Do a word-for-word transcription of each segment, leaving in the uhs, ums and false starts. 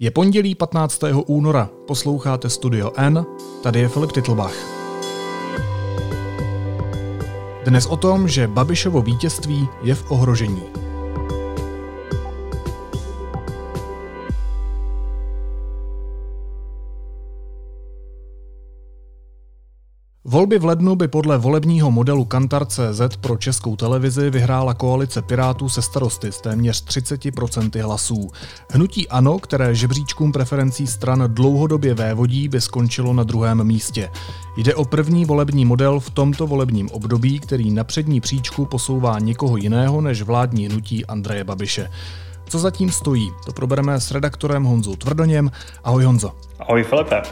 Je pondělí patnáctého února, posloucháte Studio N, tady je Filip Titlbach. Dnes o tom, že Babišovo vítězství je v ohrožení. Volby v lednu by podle volebního modelu Kantar tečka cé zet pro Českou televizi vyhrála koalice Pirátů se Starosty s téměř třiceti procenty hlasů. Hnutí ANO, které žebříčkům preferencí stran dlouhodobě vévodí, by skončilo na druhém místě. Jde o první volební model v tomto volebním období, který na přední příčku posouvá někoho jiného než vládní hnutí Andreje Babiše. Co zatím stojí, to probereme s redaktorem Honzou Tvrdoněm. Ahoj Honzo. Ahoj Filipe.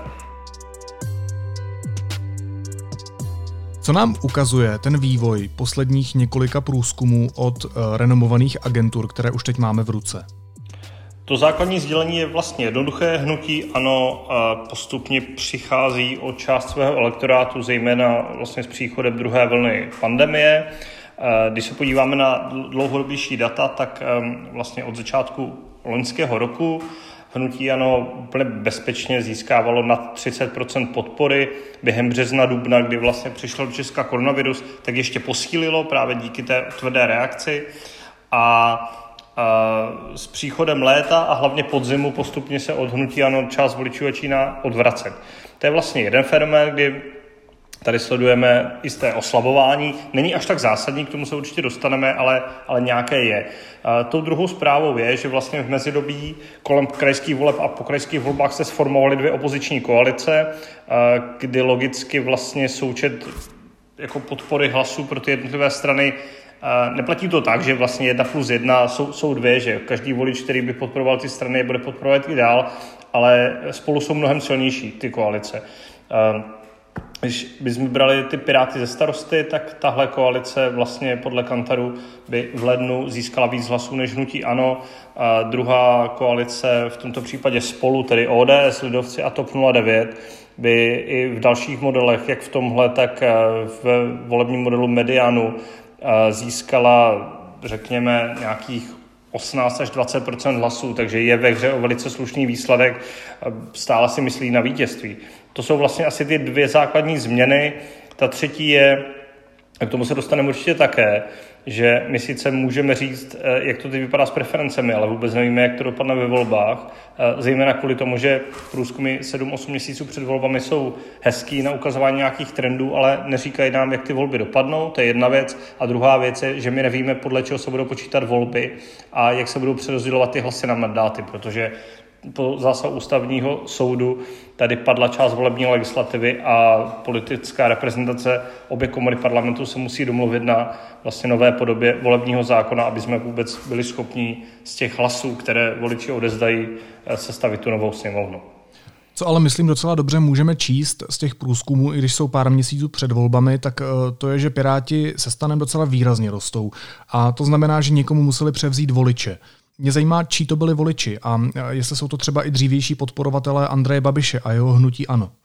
Co nám ukazuje ten vývoj posledních několika průzkumů od uh, renomovaných agentur, které už teď máme v ruce? To základní sdělení je vlastně jednoduché. Hnutí ANO uh, postupně přichází o část svého elektorátu, zejména vlastně s příchodem druhé vlny pandemie. Uh, když se podíváme na dlouhodobější data, tak um, vlastně od začátku loňského roku hnutí ANO úplně bezpečně získávalo nad třicet procent podpory. Během března, dubna, kdy vlastně přišel do Česka koronavirus, tak ještě posílilo právě díky té tvrdé reakci. A, a s příchodem léta a hlavně podzimu postupně se od hnutí ANO část voličů začíná odvracet. To je vlastně jeden fenomén, kdy tady sledujeme jisté oslabování. Není až tak zásadní, k tomu se určitě dostaneme, ale, ale nějaké je. E, tou druhou zprávou je, že vlastně v mezidobí kolem krajských voleb a po krajských volbách se sformovaly dvě opoziční koalice, e, kdy logicky vlastně součet jako podpory hlasů pro ty jednotlivé strany e, neplatí to tak, že vlastně jedna plus jedna jsou, jsou dvě, že každý volič, který by podporoval ty strany, je bude podporovat i dál, ale spolu jsou mnohem silnější ty koalice. E, Když bychom brali ty Piráty ze Starosty, tak tahle koalice vlastně podle Kantaru by v lednu získala víc hlasů než hnutí ANO. A druhá koalice, v tomto případě Spolu, tedy O D S, Lidovci a TOP nula devět, by i v dalších modelech, jak v tomhle, tak v volebním modelu Medianu získala, řekněme, nějakých osmnáct až dvacet procent hlasů, takže je ve hře o velice slušný výsledek, stále si myslí na vítězství. To jsou vlastně asi ty dvě základní změny. Ta třetí je, a k tomu se dostaneme určitě také, že my sice můžeme říct, jak to teď vypadá s preferencemi, ale vůbec nevíme, jak to dopadne ve volbách, zejména kvůli tomu, že průzkumy sedm osm měsíců před volbami jsou hezký na ukazování nějakých trendů, ale neříkají nám, jak ty volby dopadnou, to je jedna věc. A druhá věc je, že my nevíme, podle čeho se budou počítat volby a jak se budou přerozdělovat ty hlasy na mandáty, protože po zásahu ústavního soudu tady padla část volební legislativy a politická reprezentace obě komory parlamentu se musí domluvit na vlastně nové podobě volebního zákona, aby jsme vůbec byli schopni z těch hlasů, které voliči odezdají, sestavit tu novou sněmovnu. Co ale myslím docela dobře můžeme číst z těch průzkumů, i když jsou pár měsíců před volbami, tak to je, že Piráti se stanem docela výrazně rostou. A to znamená, že někomu museli převzít voliče. Mě zajímá, čí to byli voliči a jestli jsou to třeba i dřívější podporovatelé Andreje Babiše a jeho hnutí ANO. Uh,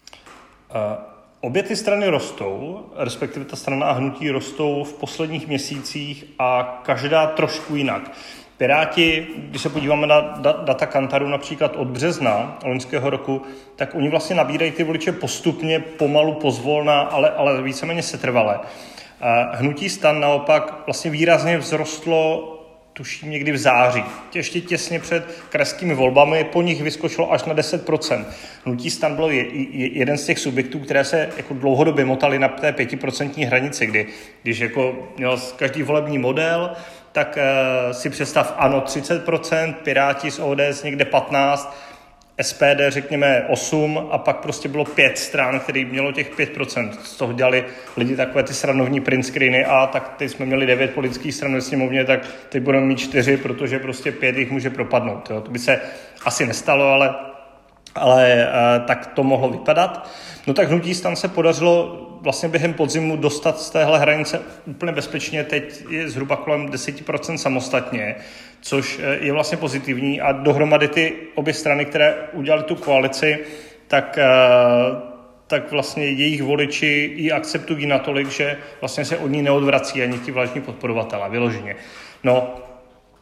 obě ty strany rostou, respektive ta strana a hnutí rostou v posledních měsících a každá trošku jinak. Piráti, když se podíváme na data Kantaru například od března loňského roku, tak oni vlastně nabírají ty voliče postupně, pomalu, pozvolna, ale, ale víceméně setrvale. Uh, hnutí STAN naopak vlastně výrazně vzrostlo, tuším někdy v září, ještě těsně před krajskými volbami, po nich vyskočilo až na deset procent. Hnutí STAN bylo je, je, jeden z těch subjektů, které se jako dlouhodobě motaly na té pětiprocentní hranici, kdy když jako měl každý volební model, tak uh, si představ ANO třicet procent, Piráti z O D S někde patnáct procent, S P D řekněme osm a pak prostě bylo pět stran, který mělo těch pět procent. Z toho dělali lidi takové ty sranovní print screeny a tak teď jsme měli devět politických stran ve sněmovně, tak teď budeme mít čtyři, protože prostě pět jich může propadnout. Jo. To by se asi nestalo, ale, ale uh, tak to mohlo vypadat. No tak hnutí STAN se podařilo vlastně během podzimu dostat z téhle hranice úplně bezpečně, teď je zhruba kolem deset procent samostatně, což je vlastně pozitivní a dohromady ty obě strany, které udělali tu koalici, tak, tak vlastně jejich voliči ji akceptují natolik, že vlastně se od ní neodvrací ani ti vládní podporovatelé, vyloženě. No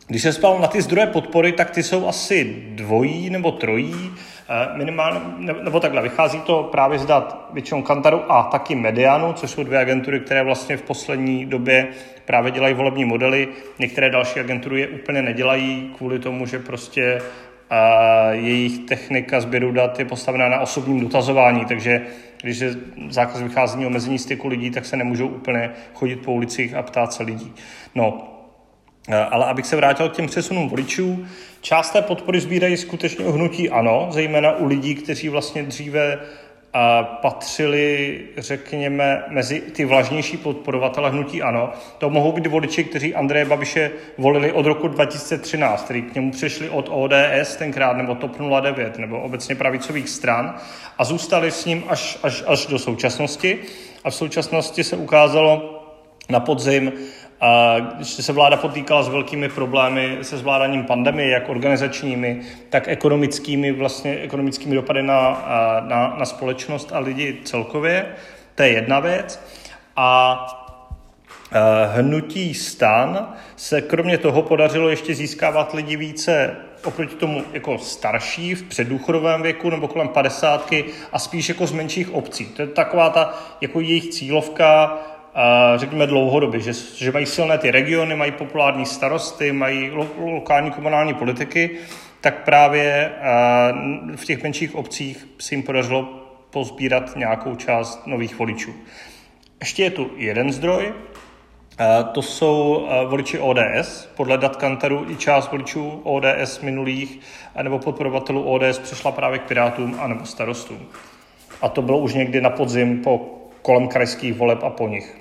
Když se spal na ty zdroje podpory, tak ty jsou asi dvojí nebo trojí, minimálně, nebo takhle, vychází to právě z dat většinou Kantaru a taky Medianu, což jsou dvě agentury, které vlastně v poslední době právě dělají volební modely. Některé další agentury je úplně nedělají kvůli tomu, že prostě a jejich technika sběru dat je postavená na osobním dotazování, takže když je zákaz vycházení, omezení styku lidí, tak se nemůžou úplně chodit po ulicích a ptát se lidí. No, ale abych se vrátil k těm přesunům voličů, část té podpory sbírají skutečně hnutí ANO, zejména u lidí, kteří vlastně dříve patřili, řekněme, mezi ty vlažnější podporovatele hnutí ANO. To mohou být voliči, kteří Andreje Babiše volili od roku dva tisíce třináct, kteří k němu přešli od O D S tenkrát, nebo TOP nula devět, nebo obecně pravicových stran a zůstali s ním až, až, až do současnosti. A v současnosti se ukázalo na podzim, když se vláda potýkala s velkými problémy se zvládáním pandemie, jak organizačními, tak ekonomickými, vlastně ekonomickými dopady na, na, na společnost a lidi celkově. To je jedna věc. A hnutí STAN se kromě toho podařilo ještě získávat lidi více oproti tomu jako starší v předdůchodovém věku nebo kolem padesátky a spíš jako z menších obcí. To je taková ta jako jejich cílovka, řekněme dlouhodobě, že, že mají silné ty regiony, mají populární starosty, mají lo, lokální komunální politiky, tak právě v těch menších obcích se jim podařilo pozbírat nějakou část nových voličů. Ještě je tu jeden zdroj, to jsou voliči O D S. Podle dat Kantaru i část voličů O D S minulých nebo podporovatelů O D S přišla právě k Pirátům anebo starostům. A to bylo už někdy na podzim po kolem krajských voleb a po nich.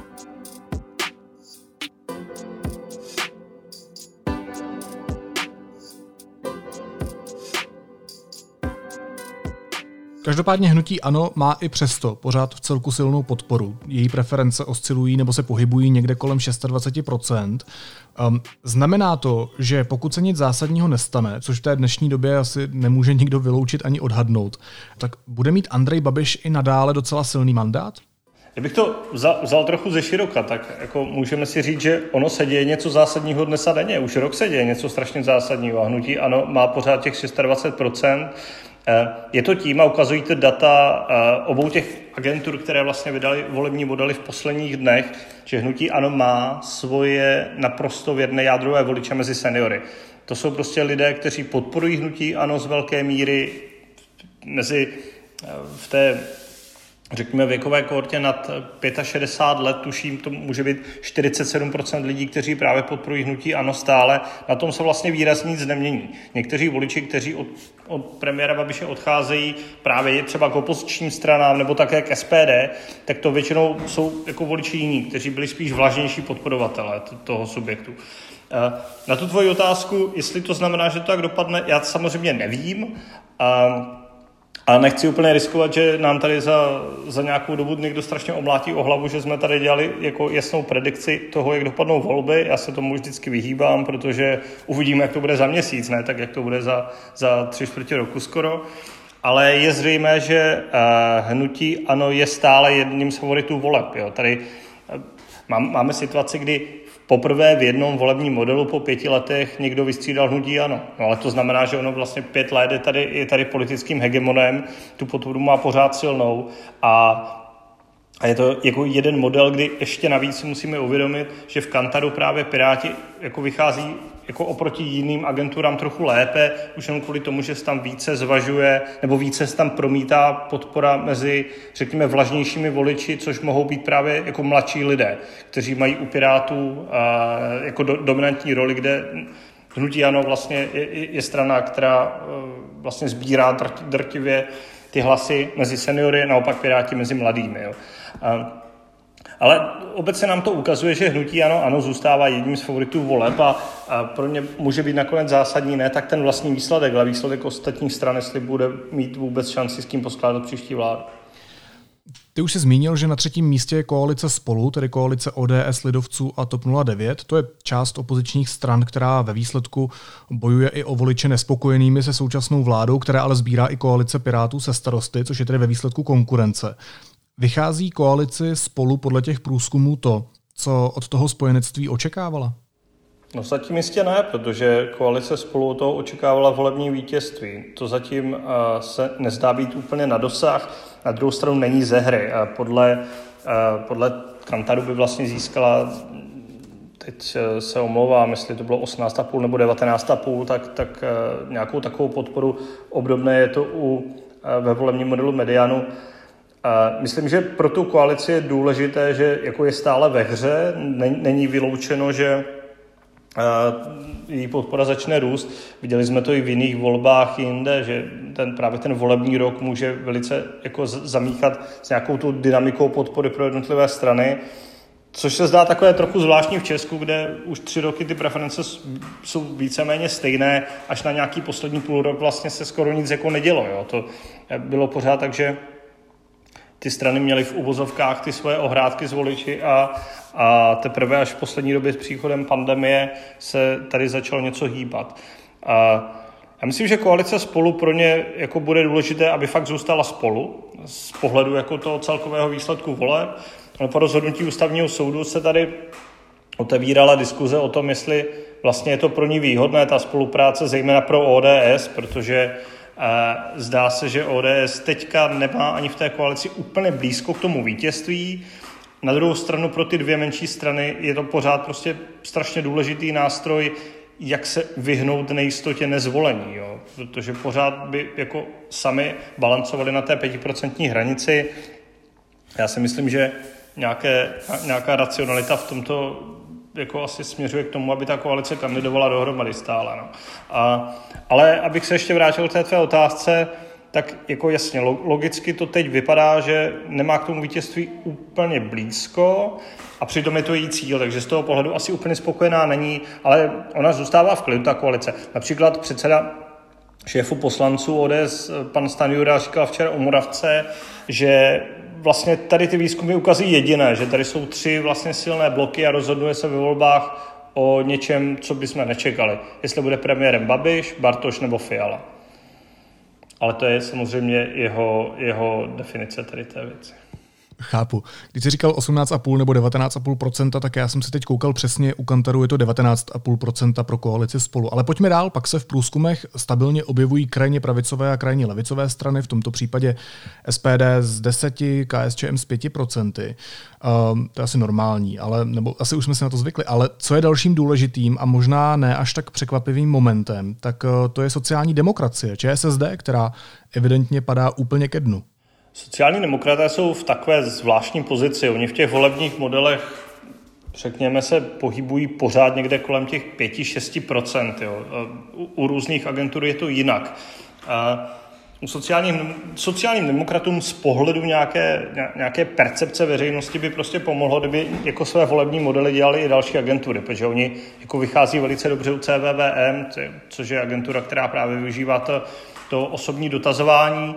Každopádně hnutí ANO má i přesto pořád v celku silnou podporu. Její preference oscilují nebo se pohybují někde kolem dvacet šest procent. Um, znamená to, že pokud se nic zásadního nestane, což v té dnešní době asi nemůže nikdo vyloučit ani odhadnout, tak bude mít Andrej Babiš i nadále docela silný mandát? Kdybych to vzal, vzal trochu ze široka, tak jako můžeme si říct, že ono se děje něco zásadního dnes a denně. Už rok se děje něco strašně zásadního a hnutí ANO má pořád těch dvacet šest procent. Je to tím a ukazují to data obou těch agentur, které vlastně vydali volební modely v posledních dnech, že hnutí ANO má svoje naprosto věrné jádrové voliče mezi seniory. To jsou prostě lidé, kteří podporují hnutí ANO z velké míry mezi v té, řekněme, věkové kohortě nad šedesát pět let, tuším, to může být čtyřicet sedm procent lidí, kteří právě podporují hnutí ANO stále. Na tom se vlastně výrazně nic nemění. Někteří voliči, kteří od, od premiéra Babiše odcházejí právě třeba k opozičním stranám nebo také k S P D, tak to většinou jsou jako voliči jiní, kteří byli spíš vlažnější podporovatelé toho subjektu. Na tu tvoji otázku, jestli to znamená, že to tak dopadne, já samozřejmě nevím. A nechci úplně riskovat, že nám tady za, za nějakou dobu někdo strašně omlátí o hlavu, že jsme tady dělali jako jasnou predikci toho, jak dopadnou volby. Já se tomu vždycky vyhýbám, protože uvidíme, jak to bude za měsíc, ne tak, jak to bude za, za tři čtvrtě roku skoro. Ale je zřejmé, že uh, hnutí ANO je stále jedním z favoritů voleb. Jo. Tady uh, mám, máme situaci, kdy poprvé v jednom volebním modelu po pěti letech někdo vystřídal hnutí ANO. No ale to znamená, že ono vlastně pět let je tady, je tady politickým hegemonem, tu podporu má pořád silnou a, a je to jako jeden model, kdy ještě navíc si musíme uvědomit, že v Kantaru právě Piráti jako vychází jako oproti jiným agenturám trochu lépe, už jenom kvůli tomu, že se tam více zvažuje nebo více se tam promítá podpora mezi, řekněme, vlažnějšími voliči, což mohou být právě jako mladší lidé, kteří mají u Pirátů a, jako do, dominantní roli, kde hnutí ANO vlastně je, je strana, která vlastně sbírá drt, drtivě ty hlasy mezi seniory, naopak Piráti mezi mladými. Jo. A, ale obecně nám to ukazuje, že hnutí ANO, ANO zůstává jedním z favoritů voleb a, a pro ně může být nakonec zásadní ne tak ten vlastní výsledek, ale výsledek ostatních stran, jestli bude mít vůbec šanci s kým poskládat příští vládu. Ty už jsi zmínil, že na třetím místě je koalice Spolu, tedy koalice O D S, lidovců a TOP nula devět. To je část opozičních stran, která ve výsledku bojuje i o voliče nespokojenými se současnou vládou, která ale sbírá i koalice Pirátů se starosty, což je tedy ve výsledku konkurence. Vychází koalici Spolu podle těch průzkumů to, co od toho spojenectví očekávala? No zatím jistě ne, protože koalice Spolu toho očekávala volební vítězství. To zatím uh, se nezdá být úplně na dosah. Na druhou stranu není ze hry. Uh, podle, uh, podle Kantaru by vlastně získala, teď uh, se omlouvám, jestli to bylo osmnáct celá pět nebo devatenáct celá pět, tak, tak uh, nějakou takovou podporu. Obdobné je to u, uh, ve volebním modelu Medianu. Uh, myslím, že pro tu koalici je důležité, že jako je stále ve hře. Není vyloučeno, že její podpora začne růst. Viděli jsme to i v jiných volbách jinde, že ten, právě ten volební rok může velice jako zamíchat s nějakou tu dynamikou podpory pro jednotlivé strany, což se zdá takové trochu zvláštní v Česku, kde už tři roky ty preference jsou víceméně stejné, až na nějaký poslední půl rok vlastně se skoro nic jako nedělo. Jo. To bylo pořád tak, že ty strany měly v uvozovkách ty svoje ohrádky z voliči a, a teprve až v poslední době s příchodem pandemie se tady začalo něco hýbat. A já myslím, že koalice Spolu pro ně jako bude důležité, aby fakt zůstala spolu z pohledu jako toho celkového výsledku voleb. Ale po rozhodnutí ústavního soudu se tady otevírala diskuze o tom, jestli vlastně je to pro ní výhodné, ta spolupráce, zejména pro O D S, protože zdá se, že O D S teďka nemá ani v té koalici úplně blízko k tomu vítězství. Na druhou stranu pro ty dvě menší strany je to pořád prostě strašně důležitý nástroj, jak se vyhnout nejistotě nezvolení. Jo? Protože pořád by jako sami balancovali na té pětiprocentní hranici. Já si myslím, že nějaké, nějaká racionalita v tomto jako asi směřuje k tomu, aby ta koalice kandidovala dohromady stále. No. A, ale abych se ještě vrátil k té tvé otázce, tak jako jasně, logicky to teď vypadá, že nemá k tomu vítězství úplně blízko a přitom je to její cíl, takže z toho pohledu asi úplně spokojená není, ale ona zůstává v klidu, ta koalice. Například předseda šéfu poslanců O D S, pan Stanjura, říkal včera o Moravce, že vlastně tady ty výzkumy ukazují jediné, že tady jsou tři vlastně silné bloky a rozhoduje se ve volbách o něčem, co bychom nečekali. Jestli bude premiérem Babiš, Bartoš nebo Fiala. Ale to je samozřejmě jeho, jeho definice tady té věci. Chápu. Když jsi říkal osmnáct celá pět nebo devatenáct celá pět procenta, tak já jsem si teď koukal přesně, u Kantaru je to devatenáct celá pět procenta pro koalici Spolu. Ale pojďme dál, pak se v průzkumech stabilně objevují krajně pravicové a krajně levicové strany, v tomto případě S P D z deseti, K S Č M z pěti procenty. Um, to je asi normální, ale, nebo asi už jsme si na to zvykli. Ale co je dalším důležitým a možná ne až tak překvapivým momentem, tak uh, to je sociální demokracie, Č S S D, která evidentně padá úplně ke dnu. Sociální demokraté jsou v takové zvláštní pozici. Oni v těch volebních modelech, řekněme se, pohybují pořád někde kolem těch pět až šest procent. Jo. U, u různých agentur je to jinak. A u sociálním, sociálním demokratům z pohledu nějaké, nějaké percepce veřejnosti by prostě pomohlo, kdyby jako své volební modely dělali i další agentury, protože oni jako vychází velice dobře u C V V M, což je agentura, která právě využívá to, to osobní dotazování.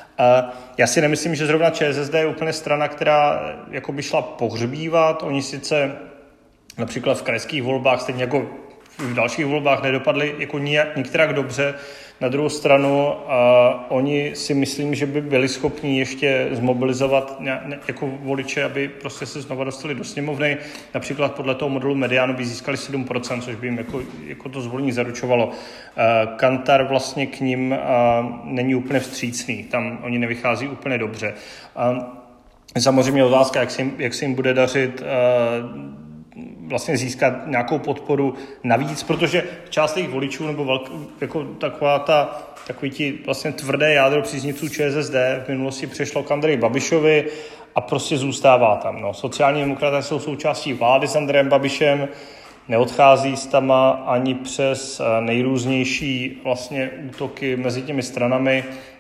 Já si nemyslím, že zrovna Č S S D je úplně strana, která jako by šla pohřbívat. Oni sice například v krajských volbách, stejně jako v dalších volbách, nedopadli jako nijak, nikterak dobře. Na druhou stranu uh, oni si myslím, že by byli schopni ještě zmobilizovat ně, ně, jako voliče, aby prostě se znova dostali do sněmovny. Například podle toho modelu Medianu by získali sedm procent, což by jim jako, jako to zvolení zaručovalo. Uh, Kantar vlastně k ním uh, není úplně vstřícný, tam oni nevychází úplně dobře. Uh, samozřejmě otázka, jak se jim, jak se jim bude dařit uh, vlastně získat nějakou podporu navíc, protože část jejich voličů nebo velk, jako taková ta, takový ti vlastně tvrdé jádro příznivců Č S S D v minulosti přešlo k Andreji Babišovi a prostě zůstává tam. No. Sociální demokraté jsou součástí vlády s Andrejem Babišem, neodchází s tama ani přes nejrůznější vlastně útoky mezi těmi stranami,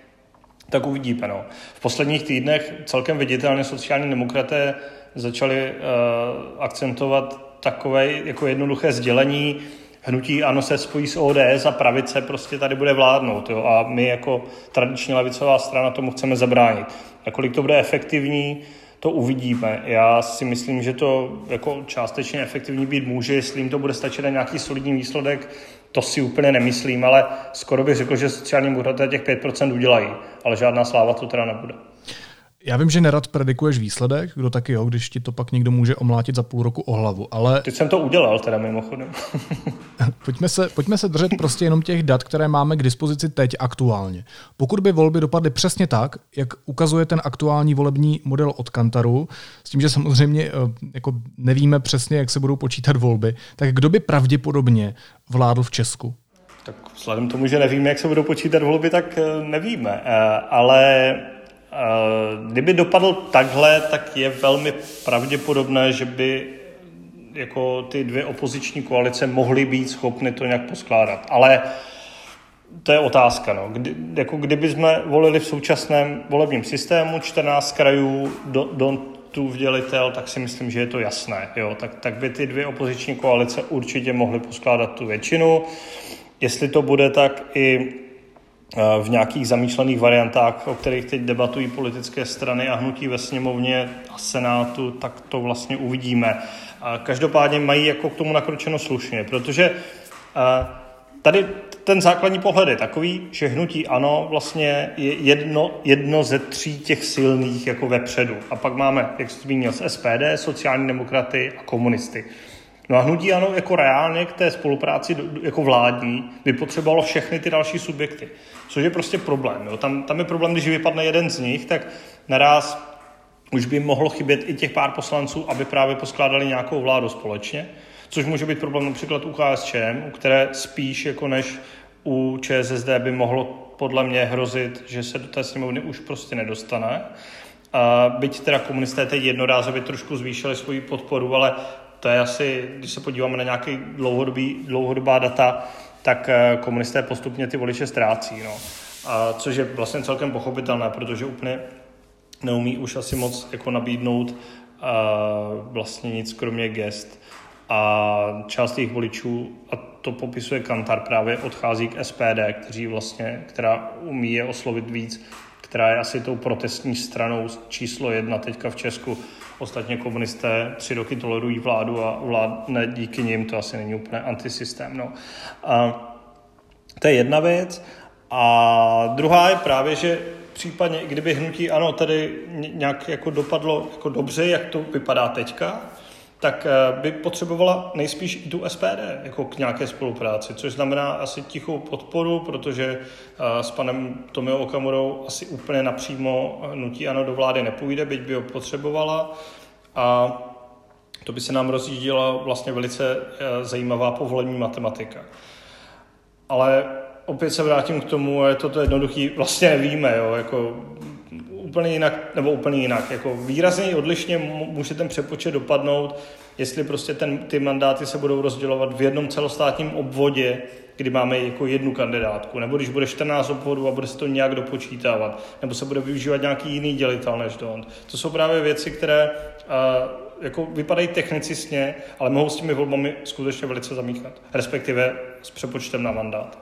tak uvidíme. No. V posledních týdnech celkem viditelně sociální demokraté začali uh, akcentovat takové jako jednoduché sdělení. Hnutí ANO se spojí s O D S a pravice prostě tady bude vládnout. Jo? A my jako tradiční levicová strana tomu chceme zabránit. Nakolik to bude efektivní, to uvidíme. Já si myslím, že to jako částečně efektivní být může, jestli jim to bude stačit na nějaký solidní výsledek, to si úplně nemyslím, ale skoro bych řekl, že sociální demokraté těch pět procent udělají, ale žádná sláva to teda nebude. Já vím, že nerad predikuješ výsledek, kdo taky jo, když ti to pak někdo může omlátit za půl roku o hlavu, ale... Teď jsem to udělal teda mimochodem. pojďme, se, pojďme se držet prostě jenom těch dat, které máme k dispozici teď aktuálně. Pokud by volby dopadly přesně tak, jak ukazuje ten aktuální volební model od Kantaru, s tím, že samozřejmě jako nevíme přesně, jak se budou počítat volby, tak kdo by pravděpodobně vládl v Česku? Tak vzhledem k tomu, že nevíme, jak se budou počítat volby, tak nevíme, ale... Kdyby dopadl takhle, tak je velmi pravděpodobné, že by jako ty dvě opoziční koalice mohly být schopny to nějak poskládat. Ale to je otázka. No. Kdy, jako kdyby jsme volili v současném volebním systému čtrnáct krajů do, do tu vdělitel, tak si myslím, že je to jasné. Jo. Tak, tak by ty dvě opoziční koalice určitě mohly poskládat tu většinu. Jestli to bude tak i v nějakých zamýšlených variantách, o kterých teď debatují politické strany a hnutí ve sněmovně a senátu, tak to vlastně uvidíme. A každopádně mají jako k tomu nakročeno slušně, protože tady ten základní pohled je takový, že hnutí ANO vlastně je jedno, jedno ze tří těch silných jako vepředu. A pak máme, jak jsi zmínil, z S P D, sociální demokraty a komunisty. No a hnutí ANO jako reálně k té spolupráci jako vládní by potřebovalo všechny ty další subjekty, což je prostě problém. Jo. Tam, tam je problém, když vypadne jeden z nich, tak naraz už by mohlo chybět i těch pár poslanců, aby právě poskládali nějakou vládu společně, což může být problém například u K S Č M, u které spíš jako než u Č S S D by mohlo podle mě hrozit, že se do té sněmovny už prostě nedostane. A byť teda komunisté teď jednorázově trošku zvýšili svoji podporu, ale to je asi, když se podíváme na nějaké dlouhodobý, dlouhodobá data, tak komunisté postupně ty voliče ztrácí. No. A což je vlastně celkem pochopitelné, protože úplně neumí už asi moc jako nabídnout a vlastně nic kromě gest. A část jejich voličů, a to popisuje Kantar, právě odchází k S P D, kteří vlastně, která umí je oslovit víc, která je asi tou protestní stranou číslo jedna teďka v Česku. Ostatně komunisté tři roky tolerují vládu a vládne díky nim, to asi není úplně antisystém. No. A to je jedna věc. A druhá je právě, že případně, kdyby hnutí ANO tady nějak jako dopadlo jako dobře, jak to vypadá teďka, tak by potřebovala nejspíš i tu S P D jako k nějaké spolupráci, což znamená asi tichou podporu, protože s panem Tomio Okamurou asi úplně napřímo hnutí ANO do vlády nepůjde, byť by ho potřebovala, a to by se nám rozjížděla vlastně velice zajímavá povolební matematika. Ale opět se vrátím k tomu, je to jednoduchý, vlastně nevíme, jo, jako úplně jinak, nebo úplně jinak, jako výrazně odlišně může ten přepočet dopadnout, jestli prostě ten, ty mandáty se budou rozdělovat v jednom celostátním obvodě, kdy máme jako jednu kandidátku, nebo když bude čtrnáct obvodů a bude se to nějak dopočítávat, nebo se bude využívat nějaký jiný dělitel než dont. To jsou právě věci, které uh, jako vypadají technicistně, ale mohou s těmi volbami skutečně velice zamíchat, respektive s přepočtem na mandát.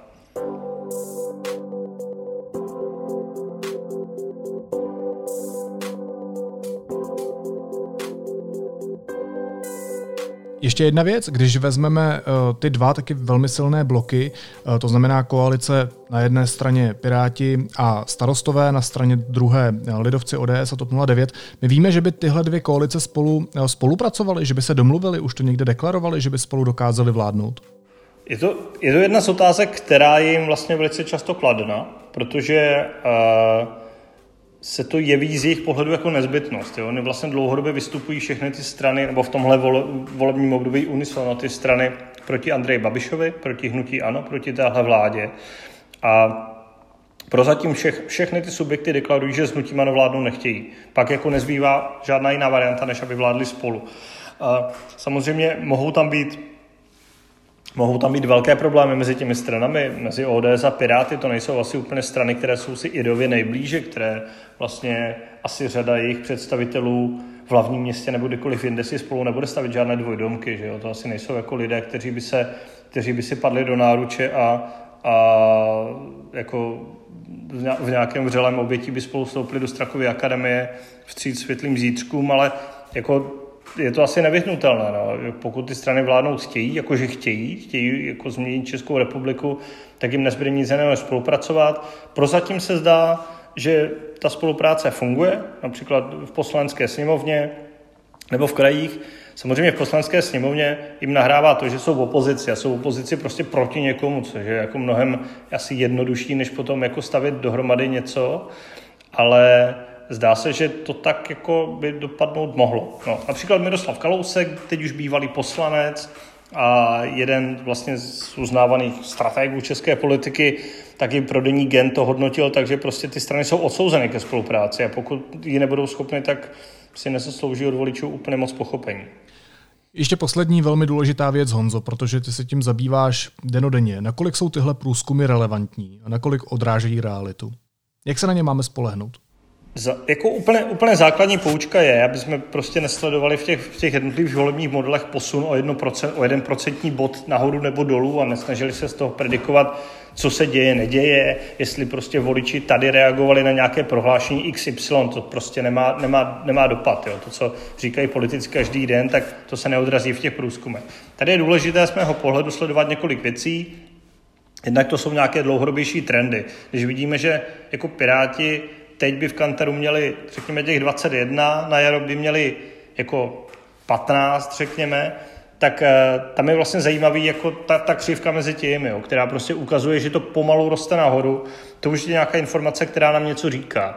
Ještě jedna věc, když vezmeme uh, ty dva taky velmi silné bloky, uh, to znamená koalice na jedné straně Piráti a Starostové, na straně druhé uh, Lidovci, O D S a TOP nula devět, my víme, že by tyhle dvě koalice spolu uh, spolupracovaly, že by se domluvili, už to někde deklarovali, že by spolu dokázali vládnout? Je to, je to jedna z otázek, která je jim vlastně velice často kladna, protože uh, se to jeví z jejich pohledu jako nezbytnost. Jo? Oni vlastně dlouhodobě vystupují všechny ty strany, nebo v tomhle vole, volebním období unisono ty strany proti Andreji Babišovi, proti hnutí ANO, proti téhle vládě. A prozatím všech, všechny ty subjekty deklarují, že s hnutím ANO vládnou nechtějí. Pak jako nezbývá žádná jiná varianta, než aby vládli spolu. A samozřejmě mohou tam být Mohou tam být velké problémy mezi těmi stranami, mezi O D S a Piráty, to nejsou asi úplně strany, které jsou si ideově nejblíže, které vlastně asi řada jejich představitelů v hlavním městě nebo kdekoliv jinde si spolu nebude stavit žádné dvojdomky, že jo? To asi nejsou jako lidé, kteří by, se, kteří by si padli do náruče a, a jako v nějakém vřelém obětí by spolu vstoupili do Strakovy akademie vstříc světlým zítřkům, ale jako je to asi nevyhnutelné. No. Pokud ty strany vládnout chtějí, jakože chtějí, chtějí jako změnit Českou republiku, tak jim nezbyde nic jiného než spolupracovat. Prozatím se zdá, že ta spolupráce funguje, například v poslanecké sněmovně nebo v krajích. Samozřejmě v poslanecké sněmovně jim nahrává to, že jsou v opozici a jsou v opozici prostě proti někomu, což je jako mnohem asi jednodušší, než potom jako stavět dohromady něco, ale zdá se, že to tak jako by dopadnout mohlo. No, například Miroslav Kalousek, teď už bývalý poslanec a jeden vlastně z uznávaných strategů české politiky, taky pro Deník Gen to hodnotil, takže prostě ty strany jsou odsouzeny ke spolupráci a pokud ji nebudou schopny, tak si nezaslouží od voličů úplně moc pochopení. Ještě poslední velmi důležitá věc, Honzo, protože ty se tím zabýváš dennodenně. Nakolik jsou tyhle průzkumy relevantní a nakolik odrážejí realitu? Jak se na ně máme spolehnout? Za, jako úplně, úplně základní poučka je, aby jsme prostě nesledovali v těch, v těch jednotlivých volebních modelech posun o, jedno procent, o jeden procentní bod nahoru nebo dolů a nesnažili se z toho predikovat, co se děje, neděje, jestli prostě voliči tady reagovali na nějaké prohlášení X Y, to prostě nemá, nemá, nemá dopad. Jo. To, co říkají politici každý den, tak to se neodrazí v těch průzkumech. Tady je důležité z mého pohledu sledovat několik věcí. Jednak to jsou nějaké dlouhodobější trendy. Když vidíme, že jako Piráti teď by v Kantaru měli, řekněme, těch dvacet jedna, na jaro by měli jako patnáct, řekněme, tak tam je vlastně zajímavý jako ta, ta křivka mezi tím, jo, která prostě ukazuje, že to pomalu roste nahoru. To už je nějaká informace, která nám něco říká.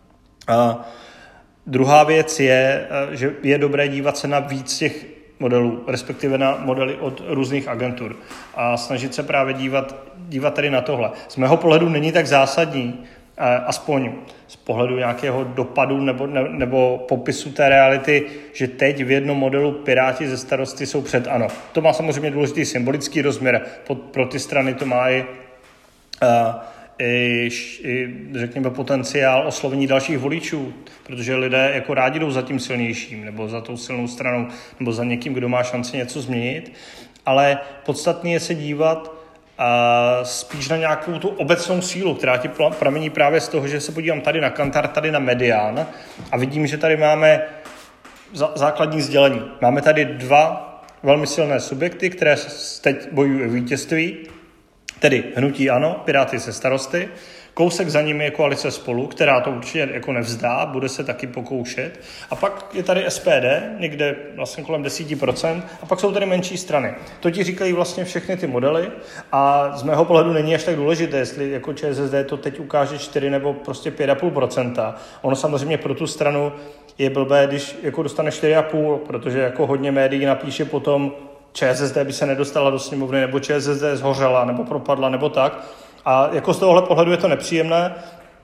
A druhá věc je, že je dobré dívat se na víc těch modelů, respektive na modely od různých agentur a snažit se právě dívat, dívat tady na tohle. Z mého pohledu není tak zásadní, aspoň z pohledu nějakého dopadu nebo, ne, nebo popisu té reality, že teď v jednom modelu Piráti ze Starosty jsou před ANO. To má samozřejmě důležitý symbolický rozměr. Pro ty strany to má i, uh, i, i řekněme, potenciál oslovení dalších voličů, protože lidé jako rádi jdou za tím silnějším nebo za tou silnou stranou nebo za někým, kdo má šanci něco změnit. Ale podstatné je se dívat a spíš na nějakou tu obecnou sílu, která ti pramení právě z toho, že se podívám tady na Kantar, tady na Medián a vidím, že tady máme základní sdělení. Máme tady dva velmi silné subjekty, které teď bojují o vítězství, tedy hnutí ANO, Piráti se Starosty. Kousek za nimi je koalice Spolu, která to určitě jako nevzdá, bude se taky pokoušet. A pak je tady S P D, někde vlastně kolem deset procent, a pak jsou tady menší strany. To ti říkají vlastně všechny ty modely a z mého pohledu není až tak důležité, jestli jako ČSSD to teď ukáže čtyři nebo prostě pět celá pět procenta. Ono samozřejmě pro tu stranu je blbé, když jako dostane čtyři celá pět, protože jako hodně médií napíše potom ČSSD by se nedostala do sněmovny, nebo ČSSD zhořela, nebo propadla, nebo tak. A jako z tohohle pohledu je to nepříjemné,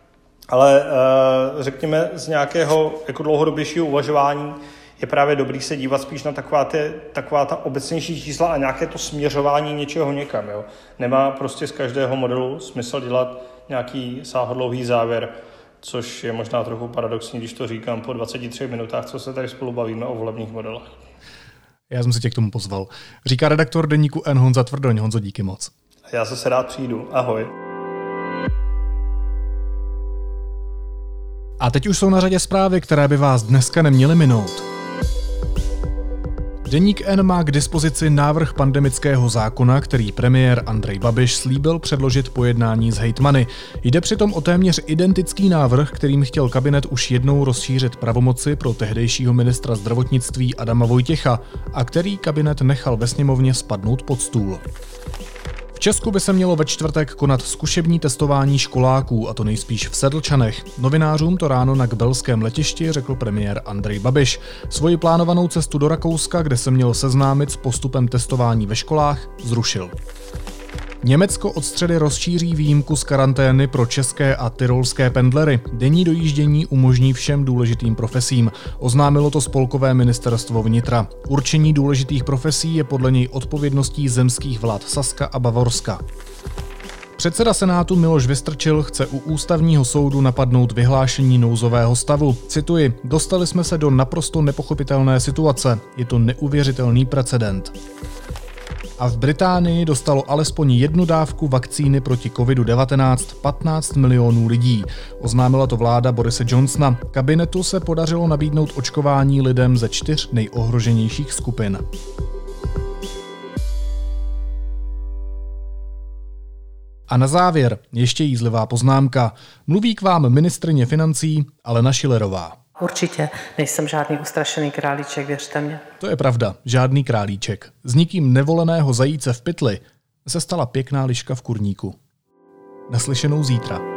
ale uh, řekněme z nějakého jako dlouhodobějšího uvažování je právě dobrý se dívat spíš na taková, ty, taková ta obecnější čísla a nějaké to směřování něčeho někam. Jo. Nemá prostě z každého modelu smysl dělat nějaký sáhodlouhý závěr, což je možná trochu paradoxní, když to říkám po dvaceti třech minutách, co se tady spolu bavíme o volebních modelech. Já jsem si tě k tomu pozval. Říká redaktor deníku N Honza Tvrdoň. Honzo, díky moc. Já zase rád přijdu. Ahoj. A teď už jsou na řadě zprávy, které by vás dneska neměly minout. Deník N má k dispozici návrh pandemického zákona, který premiér Andrej Babiš slíbil předložit po jednání s hejtmany. Jde přitom o téměř identický návrh, kterým chtěl kabinet už jednou rozšířit pravomoci pro tehdejšího ministra zdravotnictví Adama Vojtěcha a který kabinet nechal ve sněmovně spadnout pod stůl. V Česku by se mělo ve čtvrtek konat zkušební testování školáků, a to nejspíš v Sedlčanech. Novinářům to ráno na kbelském letišti řekl premiér Andrej Babiš. Svoji plánovanou cestu do Rakouska, kde se měl seznámit s postupem testování ve školách, zrušil. Německo od středy rozšíří výjimku z karantény pro české a tyrolské pendlery. Denní dojíždění umožní všem důležitým profesím. Oznámilo to spolkové ministerstvo vnitra. Určení důležitých profesí je podle něj odpovědností zemských vlád Saska a Bavorska. Předseda Senátu Miloš Vystrčil chce u ústavního soudu napadnout vyhlášení nouzového stavu. Cituji: dostali jsme se do naprosto nepochopitelné situace. Je to neuvěřitelný precedent. A v Británii dostalo alespoň jednu dávku vakcíny proti kovidu devatenáct patnáct milionů lidí. Oznámila to vláda Borise Johnsona. Kabinetu se podařilo nabídnout očkování lidem ze čtyř nejohroženějších skupin. A na závěr ještě jízlivá poznámka. Mluví k vám ministryně financí Alena Schillerová. Určitě nejsem žádný ustrašený králíček, věřte mě. To je pravda, žádný králíček. S nikým nevoleného zajíce v pytli se stala pěkná liška v kurníku. Naslyšenou zítra.